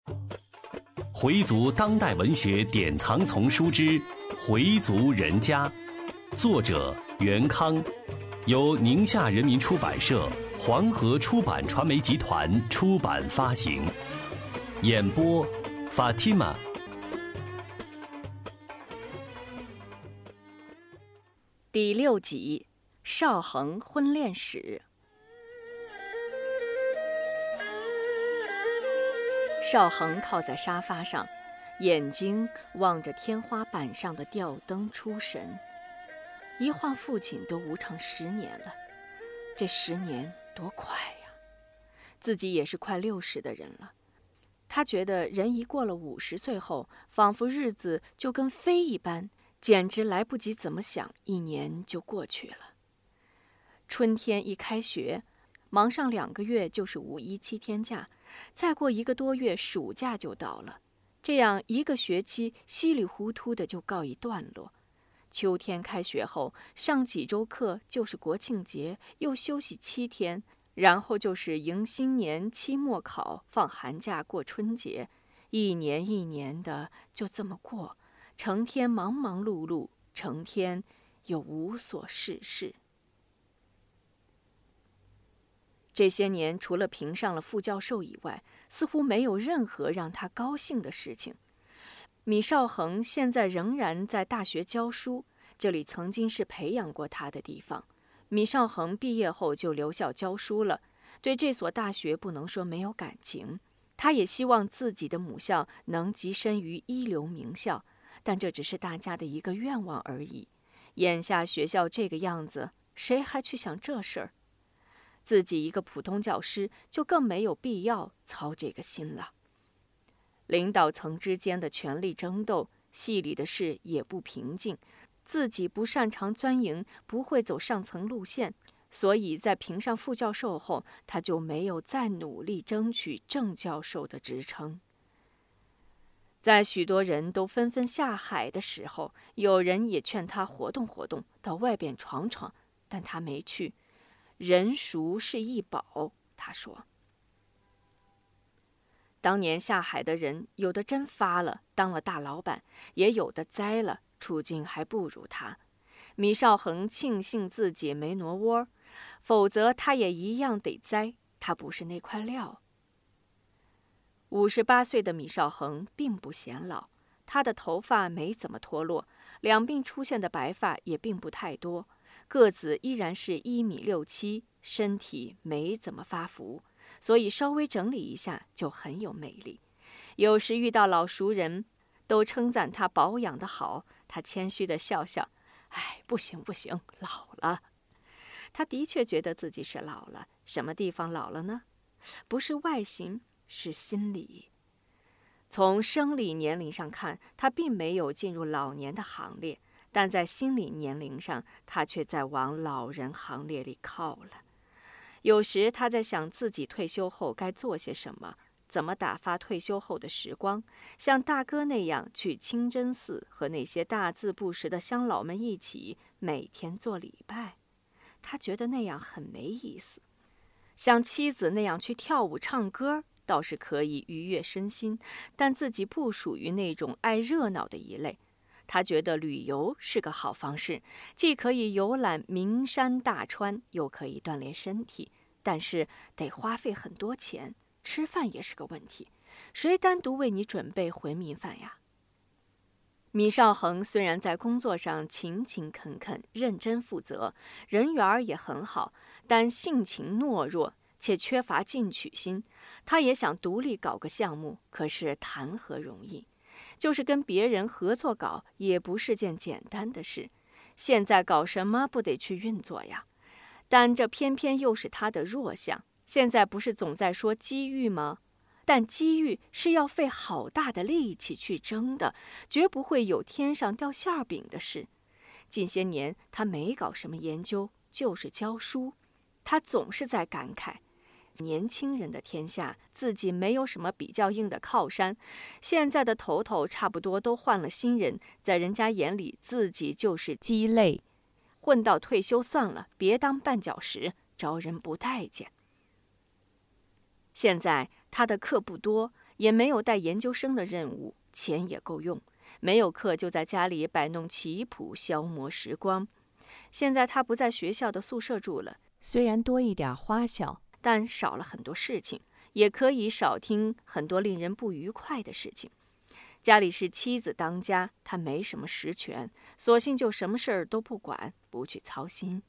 回族当代文学典藏丛书之《回族人家》，作者袁康，由宁夏人民出版社、黄河出版传媒集团出版发行。演播 Fatima。 第6集，邵恒婚恋史。邵恒靠在沙发上，眼睛望着天花板上的吊灯出神。一晃父亲都无常10年了，这10年多快呀！自己也是快60的人了。他觉得人一过了50岁后，仿佛日子就跟飞一般，简直来不及怎么想，1年就过去了。春天一开学，忙上2个月就是5一7天假，再过1个多月暑假就到了，这样1个学期稀里糊涂的就告一段落。秋天开学后，上几周课就是国庆节，又休息7天，然后就是迎新年、期末考、放寒假、过春节，一年一年的就这么过，成天忙忙碌碌，成天又无所事事。这些年，除了评上了副教授以外，似乎没有任何让他高兴的事情。米绍恒现在仍然在大学教书，这里曾经是培养过他的地方。米绍恒毕业后就留校教书了，对这所大学不能说没有感情。他也希望自己的母校能跻身于一流名校，但这只是大家的一个愿望而已。眼下学校这个样子，谁还去想这事儿？自己一个普通教师，就更没有必要操这个心了。领导层之间的权力争斗，系里的事也不平静。自己不擅长钻营，不会走上层路线，所以在评上副教授后，他就没有再努力争取正教授的职称。在许多人都纷纷下海的时候，有人也劝他活动活动，到外边闯闯，但他没去。人熟是一宝，他说。当年下海的人，有的真发了，当了大老板，也有的栽了，处境还不如他。米绍恒庆幸自己没挪窝，否则他也一样得栽，他不是那块料。58岁的米绍恒并不显老，他的头发没怎么脱落，两鬓出现的白发也并不太多，个子依然是1米67，身体没怎么发福，所以稍微整理一下就很有魅力。有时遇到老熟人，都称赞他保养得好，他谦虚地笑笑：“哎，不行不行，老了。”他的确觉得自己是老了，什么地方老了呢？不是外形，是心理。从生理年龄上看，他并没有进入老年的行列，但在心理年龄上，他却在往老人行列里靠了。有时他在想自己退休后该做些什么，怎么打发退休后的时光，像大哥那样去清真寺和那些大字不识的乡老们一起每天做礼拜。他觉得那样很没意思。像妻子那样去跳舞唱歌倒是可以愉悦身心，但自己不属于那种爱热闹的一类。他觉得旅游是个好方式，既可以游览名山大川，又可以锻炼身体，但是得花费很多钱，吃饭也是个问题，谁单独为你准备回民饭呀？米绍恒虽然在工作上勤勤恳恳、认真负责，人缘也很好，但性情懦弱，且缺乏进取心。他也想独立搞个项目，可是谈何容易？就是跟别人合作搞，也不是件简单的事。现在搞什么不得去运作呀？但这偏偏又是他的弱项。现在不是总在说机遇吗？但机遇是要费好大的力气去争的，绝不会有天上掉馅饼的事。近些年他没搞什么研究，就是教书。他总是在感慨，年轻人的天下，自己没有什么比较硬的靠山。现在的头头差不多都换了新人，在人家眼里自己就是鸡肋，混到退休算了，别当绊脚石，招人不待见。现在他的课不多， 也没有带研究生的任务，钱也够用。没有课就在家里摆弄棋谱消磨时光。现在他不在学校的宿舍住了，虽然多一点花销，但少了很多事情，也可以少听很多令人不愉快的事情。家里是妻子当家，他没什么实权，索性就什么事儿都不管，不去操心。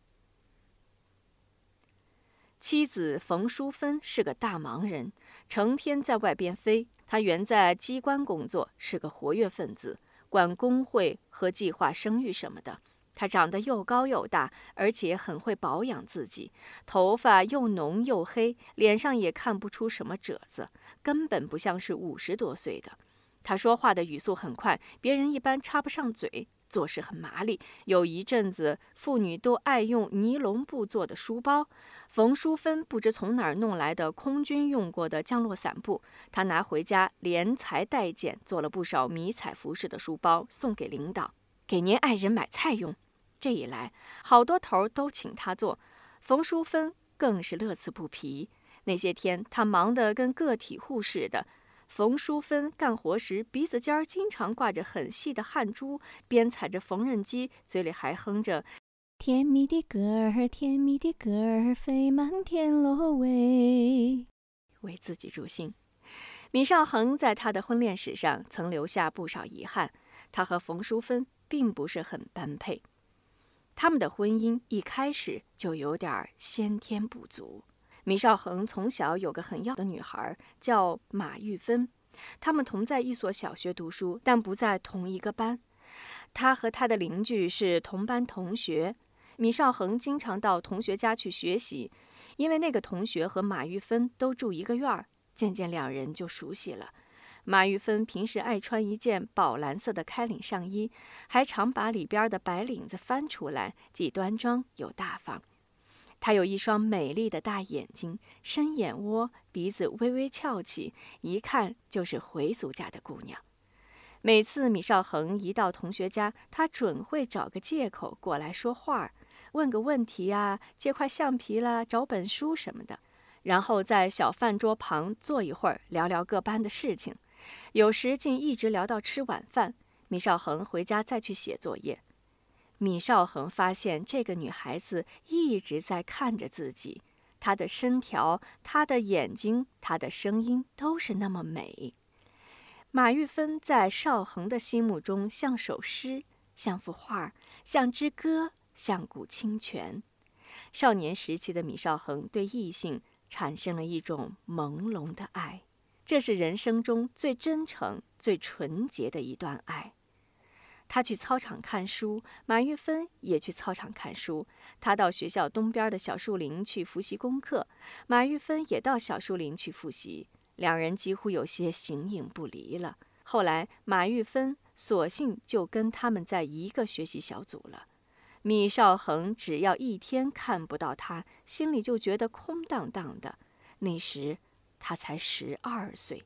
妻子冯淑芬是个大忙人，成天在外边飞。她原在机关工作，是个活跃分子，管工会和计划生育什么的。她长得又高又大，而且很会保养自己，头发又浓又黑，脸上也看不出什么褶子，根本不像是50多岁的。她说话的语速很快，别人一般插不上嘴。做事很麻利，有一阵子妇女都爱用尼龙布做的书包。冯淑芬不知从哪儿弄来的空军用过的降落伞布，她拿回家连裁带剪，做了不少迷彩服饰的书包，送给领导，给您爱人买菜用。这一来，好多头都请她做，冯淑芬更是乐此不疲。那些天，她忙得跟个体户似的。冯淑芬干活时，鼻子尖儿经常挂着很细的汗珠，边踩着缝纫机，嘴里还哼着“甜蜜的歌儿，甜蜜的歌儿，飞满天楼喂”，为自己助兴。米少恒在他的婚恋史上曾留下不少遗憾，他和冯淑芬并不是很般配。他们的婚姻一开始就有点先天不足。米少恒从小有个很要的女孩，叫马玉芬，他们同在一所小学读书，但不在同一个班。他和他的邻居是同班同学，米少恒经常到同学家去学习，因为那个同学和马玉芬都住一个院儿，渐渐两人就熟悉了。马玉芬平时爱穿一件宝蓝色的开领上衣，还常把里边的白领子翻出来，既端庄又大方。她有一双美丽的大眼睛，深眼窝，鼻子微微翘起，一看就是回族家的姑娘。每次米少恒一到同学家，他准会找个借口过来说话，问个问题啊，借块橡皮啦，找本书什么的，然后在小饭桌旁坐一会儿，聊聊各班的事情。有时竟一直聊到吃晚饭，米少恒回家再去写作业。米少恒发现这个女孩子一直在看着自己，她的身条、她的眼睛、她的声音都是那么美。马玉芬在少恒的心目中像首诗，像幅画，像支歌，像股清泉。少年时期的米少恒对异性产生了一种朦胧的爱，这是人生中最真诚、最纯洁的一段爱。他去操场看书，马玉芬也去操场看书。他到学校东边的小树林去复习功课，马玉芬也到小树林去复习。两人几乎有些形影不离了。后来，马玉芬索性就跟他们在一个学习小组了。米少恒只要一天看不到他，心里就觉得空荡荡的。那时他才12岁。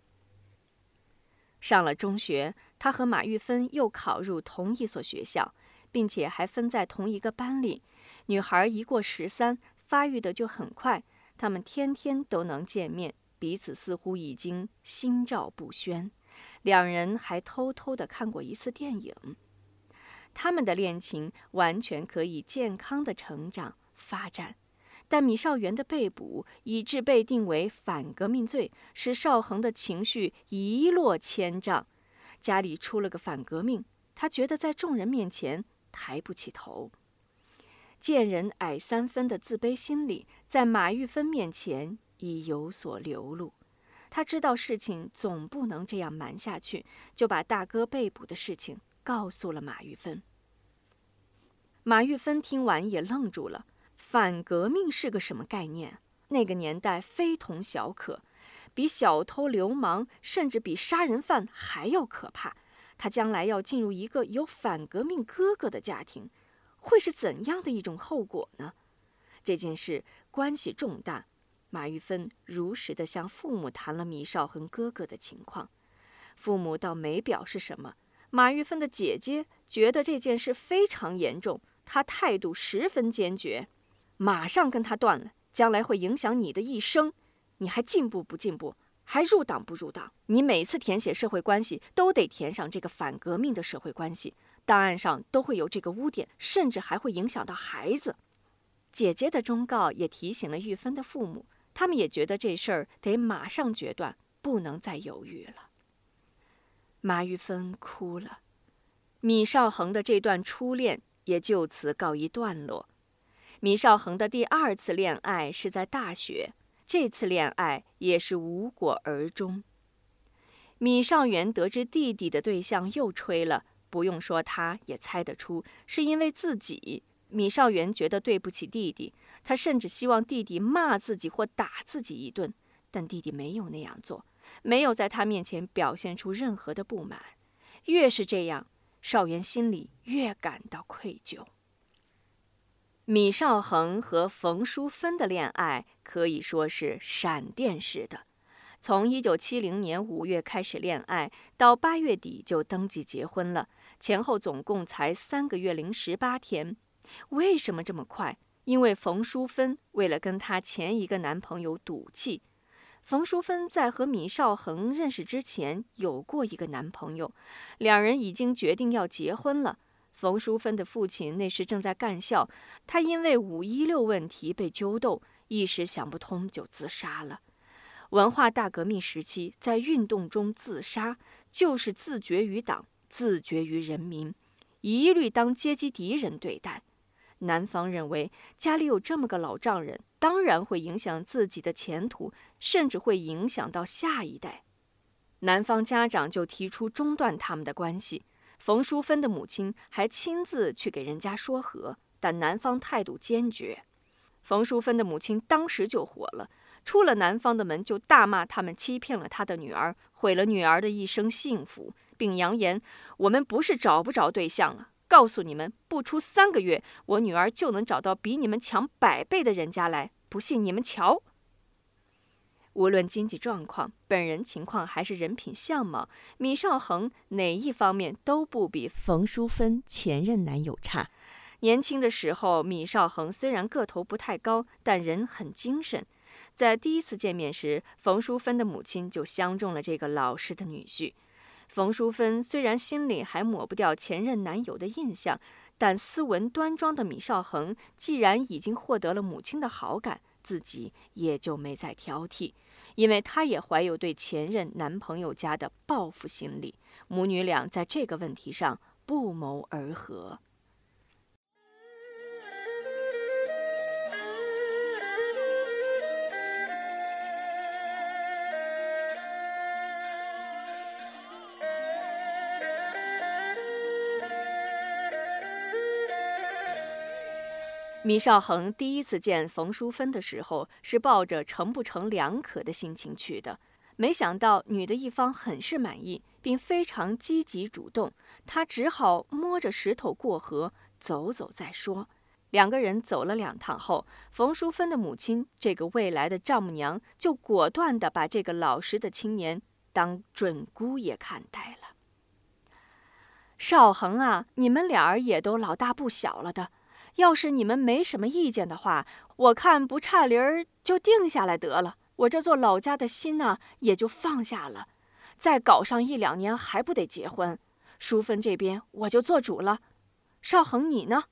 上了中学，他和马玉芬又考入同一所学校，并且还分在同一个班里。女孩一过13，发育的就很快，他们天天都能见面，彼此似乎已经心照不宣。两人还偷偷地看过一次电影。他们的恋情完全可以健康的成长发展，但米少元的被捕以致被定为反革命罪，使少恒的情绪一落千丈。家里出了个反革命，他觉得在众人面前抬不起头。见人矮3分的自卑心理在马玉芬面前已有所流露。他知道事情总不能这样瞒下去，就把大哥被捕的事情告诉了马玉芬。马玉芬听完也愣住了。反革命是个什么概念？那个年代非同小可，比小偷流氓，甚至比杀人犯还要可怕。他将来要进入一个有反革命哥哥的家庭，会是怎样的一种后果呢？这件事关系重大。马玉芬如实地向父母谈了米少恒哥哥的情况，父母倒没表示什么。马玉芬的姐姐觉得这件事非常严重，她态度十分坚决，马上跟他断了，将来会影响你的一生。你还进步不进步？ 还入党不入党？你每次填写社会关系都得填上这个反革命的社会关系，档案上都会有这个污点，甚至还会影响到孩子。姐姐的忠告也提醒了玉芬的父母，他们也觉得这事儿得马上决断，不能再犹豫了。马玉芬哭了，米少恒的这段初恋也就此告一段落。米少恒的第2次恋爱是在大学，这次恋爱也是无果而终。米少元得知弟弟的对象又吹了，不用说他也猜得出，是因为自己。米少元觉得对不起弟弟，他甚至希望弟弟骂自己或打自己一顿，但弟弟没有那样做，没有在他面前表现出任何的不满。越是这样，少元心里越感到愧疚。米少恒和冯淑芬的恋爱可以说是闪电式的，从1970年5月开始恋爱，到8月底就登记结婚了，前后总共才3个月零18天。为什么这么快？因为冯淑芬为了跟她前一个男朋友赌气。冯淑芬在和米少恒认识之前有过一个男朋友，两人已经决定要结婚了。冯淑芬的父亲那时正在干校，他因为5.16问题被揪斗，一时想不通就自杀了。文化大革命时期，在运动中自杀，就是自绝于党，自绝于人民，一律当阶级敌人对待。男方认为家里有这么个老丈人，当然会影响自己的前途，甚至会影响到下一代。男方家长就提出中断他们的关系。冯淑芬的母亲还亲自去给人家说和，但男方态度坚决。冯淑芬的母亲当时就火了，出了男方的门就大骂他们欺骗了他的女儿，毁了女儿的一生幸福，并扬言：我们不是找不着对象了，告诉你们，不出3个月，我女儿就能找到比你们强100倍的人家来，不信你们瞧。无论经济状况、本人情况还是人品相貌，米少恒哪一方面都不比冯淑芬前任男友差。年轻的时候，米少恒虽然个头不太高，但人很精神。在第1次见面时，冯淑芬的母亲就相中了这个老实的女婿。冯淑芬虽然心里还抹不掉前任男友的印象，但斯文端庄的米少恒既然已经获得了母亲的好感，自己也就没再挑剔，因为他也怀有对前任男朋友家的报复心理。母女俩在这个问题上不谋而合。米少恒第1次见冯淑芬的时候，是抱着成不成两可的心情去的。没想到女的一方很是满意，并非常积极主动，他只好摸着石头过河，走走再说。2个人走了2趟后，冯淑芬的母亲这个未来的丈母娘就果断地把这个老实的青年当准姑爷看待了。少恒啊，你们俩儿也都老大不小了的，要是你们没什么意见的话，我看不差离儿就定下来得了。我这座老家的心呢，也就放下了。再搞上1、2年，还不得结婚？淑芬这边我就做主了。少恒你呢？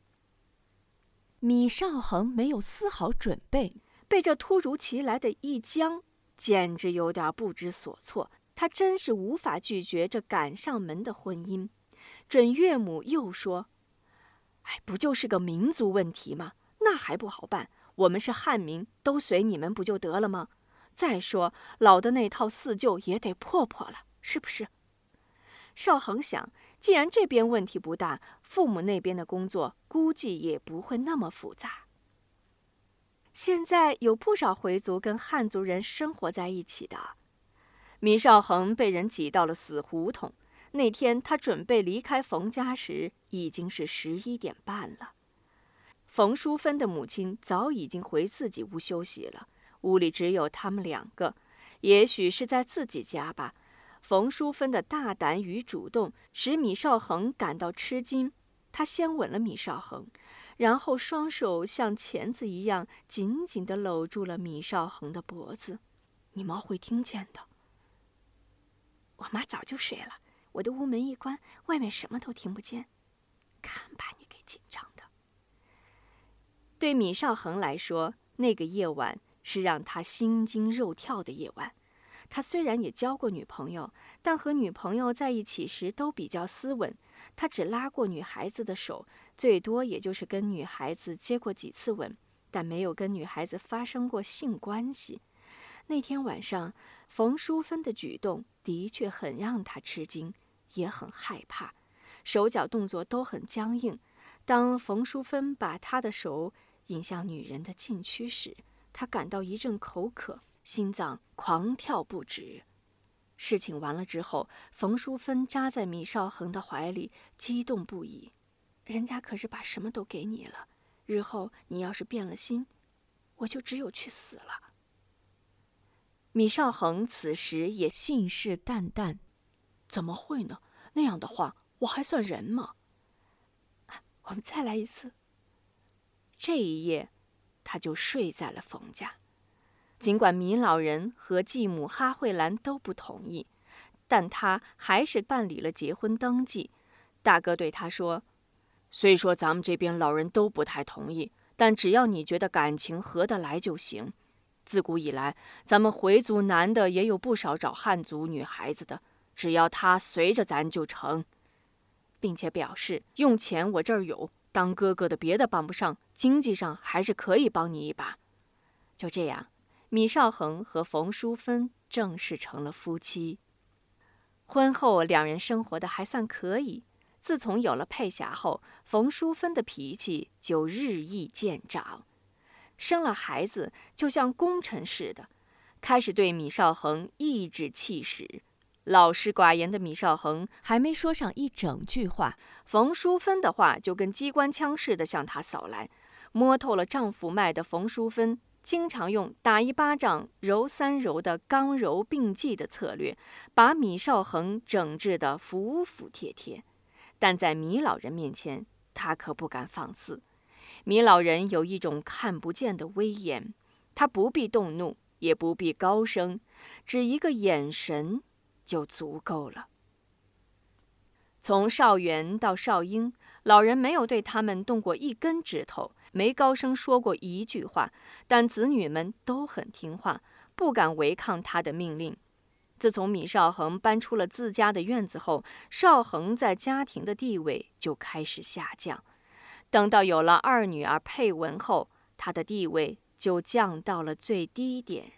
米少恒没有丝毫准备，被这突如其来的一僵，简直有点不知所措。他真是无法拒绝这赶上门的婚姻。准岳母又说：不就是个民族问题吗？那还不好办？我们是汉民，都随你们不就得了吗？再说老的那套4旧也得破破了，是不是？少恒想，既然这边问题不大，父母那边的工作估计也不会那么复杂。现在有不少回族跟汉族人生活在一起的。米少恒被人挤到了死胡同。那天他准备离开冯家时，已经是11点半了。冯淑芬的母亲早已经回自己屋休息了，屋里只有他们2个。也许是在自己家吧，冯淑芬的大胆与主动使米少恒感到吃惊。他先吻了米少恒，然后双手像钳子一样紧紧地搂住了米少恒的脖子。 你妈会听见的。我妈早就睡了，我的屋门一关，外面什么都听不见。看把你给紧张的。对米少恒来说，那个夜晚是让他心惊肉跳的夜晚。他虽然也交过女朋友，但和女朋友在一起时都比较斯文。他只拉过女孩子的手，最多也就是跟女孩子接过几次吻，但没有跟女孩子发生过性关系。那天晚上，冯淑芬的举动的确很让他吃惊，也很害怕，手脚动作都很僵硬。当冯淑芬把他的手引向女人的禁区时，他感到一阵口渴，心脏狂跳不止。事情完了之后，冯淑芬扎在米少恒的怀里，激动不已。人家可是把什么都给你了，日后你要是变了心，我就只有去死了。米少恒此时也信誓旦旦：怎么会呢？那样的话，我还算人吗？我们再来一次。这一夜，他就睡在了冯家。尽管米老人和继母哈慧兰都不同意，但他还是办理了结婚登记。大哥对他说：虽说咱们这边老人都不太同意，但只要你觉得感情合得来就行。自古以来，咱们回族男的也有不少找汉族女孩子的，只要他随着咱就成。并且表示用钱我这儿有，当哥哥的别的帮不上，经济上还是可以帮你一把。就这样，米少恒和冯淑芬正式成了夫妻。婚后两人生活的还算可以。自从有了佩霞后，冯淑芬的脾气就日益见长。生了孩子就像功臣似的，开始对米少恒颐指气使。老实寡言的米少恒还没说上一整句话，冯淑芬的话就跟机关枪似的向他扫来。摸透了丈夫脉的冯淑芬经常用打一巴掌揉三揉的刚柔并济的策略，把米少恒整治得服服帖帖。但在米老人面前，他可不敢放肆。米老人有一种看不见的威严，他不必动怒，也不必高声，只一个眼神就足够了。从少元到少英，老人没有对他们动过一根指头，没高声说过一句话，但子女们都很听话，不敢违抗他的命令。自从米少恒搬出了自家的院子后，少恒在家庭的地位就开始下降。等到有了二女儿佩文后，他的地位就降到了最低点。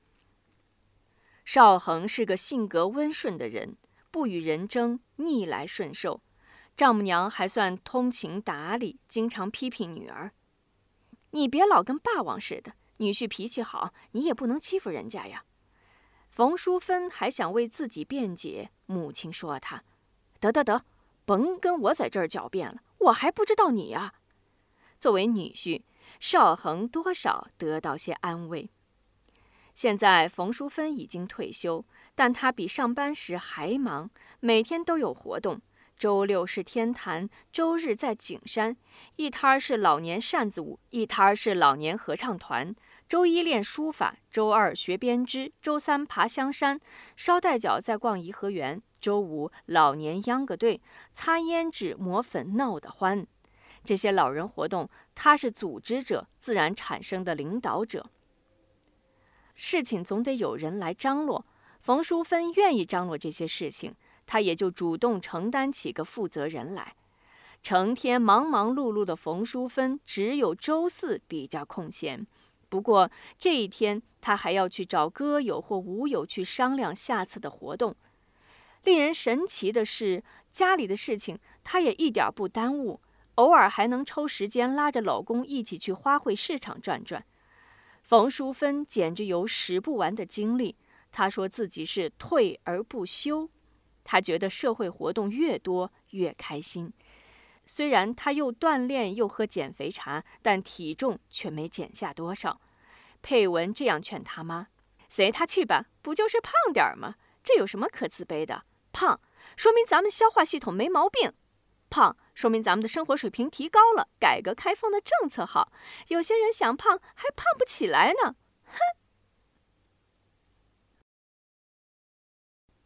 少恒是个性格温顺的人，不与人争，逆来顺受。丈母娘还算通情达理，经常批评女儿：你别老跟霸王似的，女婿脾气好，你也不能欺负人家呀。冯淑芬还想为自己辩解，母亲说他：得，甭跟我在这儿狡辩了，我还不知道你啊。作为女婿，少恒多少得到些安慰。现在冯淑芬已经退休，但她比上班时还忙，每天都有活动。周六是天坛，周日在景山，一摊是老年扇子舞，一摊是老年合唱团。周一练书法，周二学编织，周三爬香山，捎带脚再逛颐和园。周五老年秧歌队，擦胭脂抹粉闹得欢。这些老人活动，他是组织者，自然产生的领导者。事情总得有人来张罗，冯淑芬愿意张罗这些事情，她也就主动承担起个负责人来。成天忙忙碌碌的冯淑芬，只有周四比较空闲。不过这一天，她还要去找歌友或舞友去商量下次的活动。令人神奇的是，家里的事情她也一点不耽误，偶尔还能抽时间拉着老公一起去花卉市场转转。冯淑芬简直有使不完的精力，她说自己是退而不休。她觉得社会活动越多越开心。虽然她又锻炼又喝减肥茶，但体重却没减下多少。佩文这样劝她妈：随她去吧，不就是胖点儿吗？这有什么可自卑的？胖说明咱们消化系统没毛病，胖说明咱们的生活水平提高了，改革开放的政策好。有些人想胖还胖不起来呢，哼！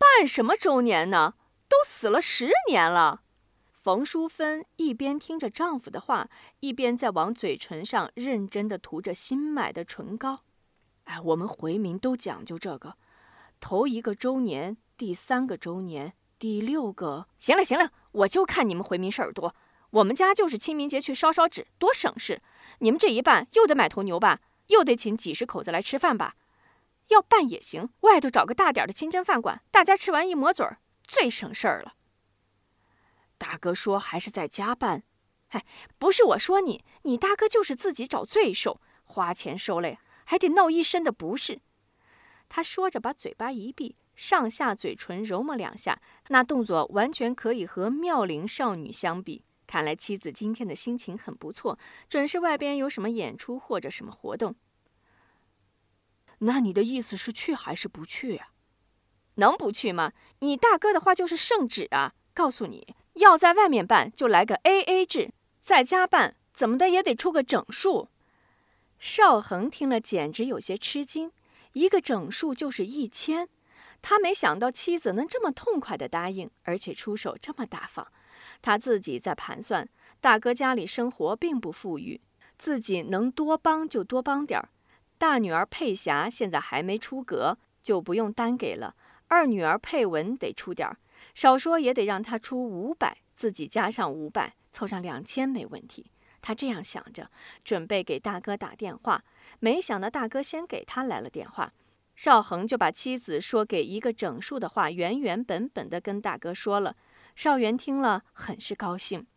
办什么周年呢？都死了10年了。冯淑芬一边听着丈夫的话，一边在往嘴唇上认真地涂着新买的唇膏。我们回民都讲究这个，头1个周年，第3个周年，第6个……行了，我就看你们回民事儿多。我们家就是清明节去烧纸，多省事。你们这一办又得买头牛吧，又得请几10口子来吃饭吧。要办也行，外头找个大点的清真饭馆，大家吃完一抹嘴儿，最省事儿了。大哥说还是在家办。不是我说你大哥就是自己找罪受，花钱受累，还得闹一身的不是。他说着把嘴巴一闭，上下嘴唇揉摸2下，那动作完全可以和妙龄少女相比。看来妻子今天的心情很不错，准是外边有什么演出或者什么活动。那你的意思是去还是不去啊？能不去吗？你大哥的话就是圣旨啊！告诉你，要在外面办就来个 AA 制，在家办怎么的也得出个整数。邵恒听了简直有些吃惊，一个整数就是1000，他没想到妻子能这么痛快地答应，而且出手这么大方。他自己在盘算，大哥家里生活并不富裕，自己能多帮就多帮点儿。大女儿佩霞现在还没出阁，就不用单给了。二女儿佩文得出点儿，少说也得让她出500，自己加上500，凑上2000没问题。他这样想着，准备给大哥打电话，没想到大哥先给他来了电话。邵恒就把妻子说给一个整数的话原原本本的跟大哥说了。邵元听了很是高兴。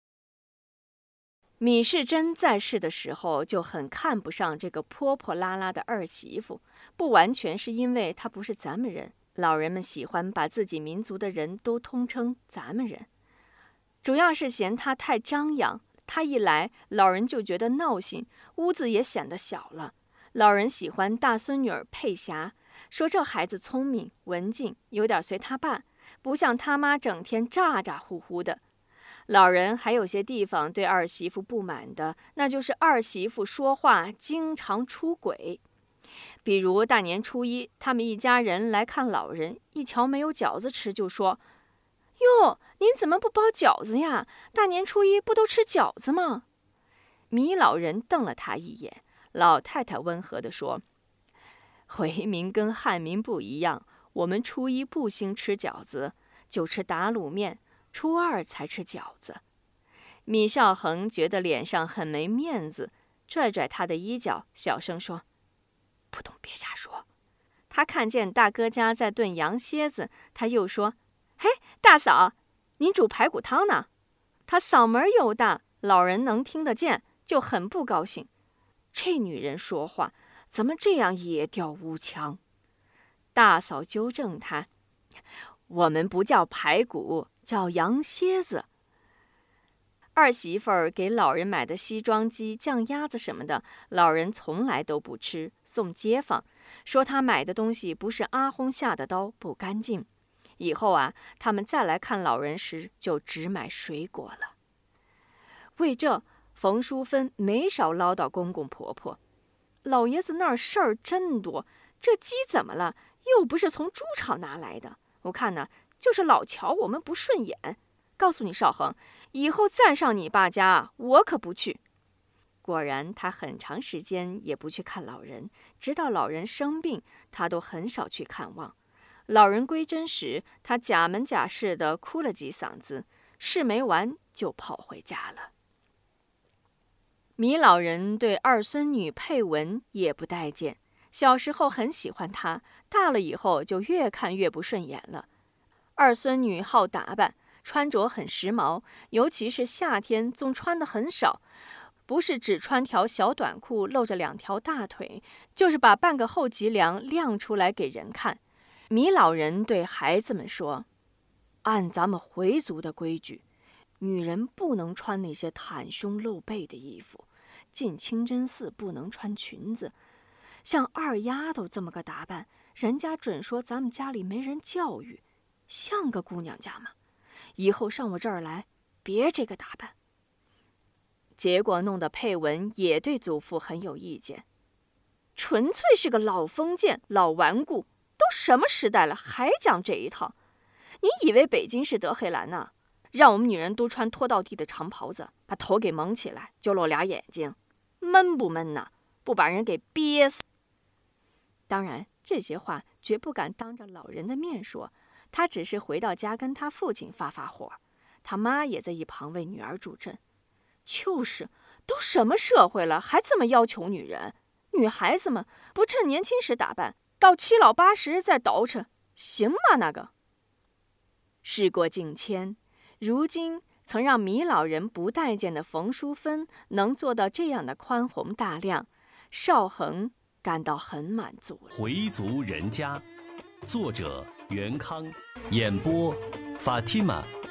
米世珍在世的时候就很看不上这个泼泼辣辣的儿媳妇，不完全是因为她不是咱们人，老人们喜欢把自己民族的人都通称咱们人，主要是嫌她太张扬，她一来老人就觉得闹心，屋子也显得小了。老人喜欢大孙女儿佩霞，说这孩子聪明文静，有点随他爸，不像他妈整天咋咋呼呼的。老人还有些地方对二媳妇不满的，那就是二媳妇说话经常出轨。比如大年初1，他们一家人来看老人，一瞧没有饺子吃，就说：“哟，您怎么不包饺子呀？大年初1不都吃饺子吗？”米老人瞪了他一眼，老太太温和地说：“回民跟汉民不一样，我们初1不兴吃饺子，就吃打卤面。初2才吃饺子。”米少恒觉得脸上很没面子，拽拽他的衣角，小声说：“不懂别瞎说。”他看见大哥家在炖羊蝎子，他又说：“嘿，大嫂，您煮排骨汤呢？”他嗓门又大，老人能听得见，就很不高兴。这女人说话怎么这样野调无腔？大嫂纠正他：“我们不叫排骨，叫羊蝎子。”二媳妇儿给老人买的西装鸡、酱鸭子什么的，老人从来都不吃，送街坊，说他买的东西不是阿訇下的刀，不干净。以后啊，他们再来看老人时，就只买水果了。为这，冯淑芬没少唠叨公公婆婆：“老爷子那儿事儿真多，这鸡怎么了？又不是从猪场拿来的。我看呢，就是老瞧我们不顺眼。告诉你少恒，以后再上你爸家，我可不去。”果然，他很长时间也不去看老人，直到老人生病，他都很少去看望。老人归真时，他假门假式的哭了几嗓子，事没完就跑回家了。米老人对二孙女佩文也不待见，小时候很喜欢她，大了以后就越看越不顺眼了。二孙女好打扮，穿着很时髦，尤其是夏天总穿得很少，不是只穿条小短裤露着2条大腿，就是把半个后脊梁亮出来给人看。米老人对孩子们说：“按咱们回族的规矩，女人不能穿那些袒胸露背的衣服，进清真寺不能穿裙子。像二丫头这么个打扮，人家准说咱们家里没人教育，像个姑娘家吗？以后上我这儿来，别这个打扮。”结果弄得佩文也对祖父很有意见，纯粹是个老封建、老顽固，都什么时代了，还讲这一套？你以为北京是德黑兰呢？让我们女人都穿拖到地的长袍子，把头给蒙起来，就露俩眼睛，闷不闷呢？不把人给憋死？当然，这些话绝不敢当着老人的面说，他只是回到家跟他父亲发火。他妈也在一旁为女儿助阵。就是，都什么社会了，还这么要求女人？女孩子们不趁年轻时打扮，到七老八十再捯饬，行吗？那个。事过境迁，如今曾让米老人不待见的冯淑芬能做到这样的宽宏大量，邵恒感到很满足了。 回族人家，作者袁康，演播 Fatima。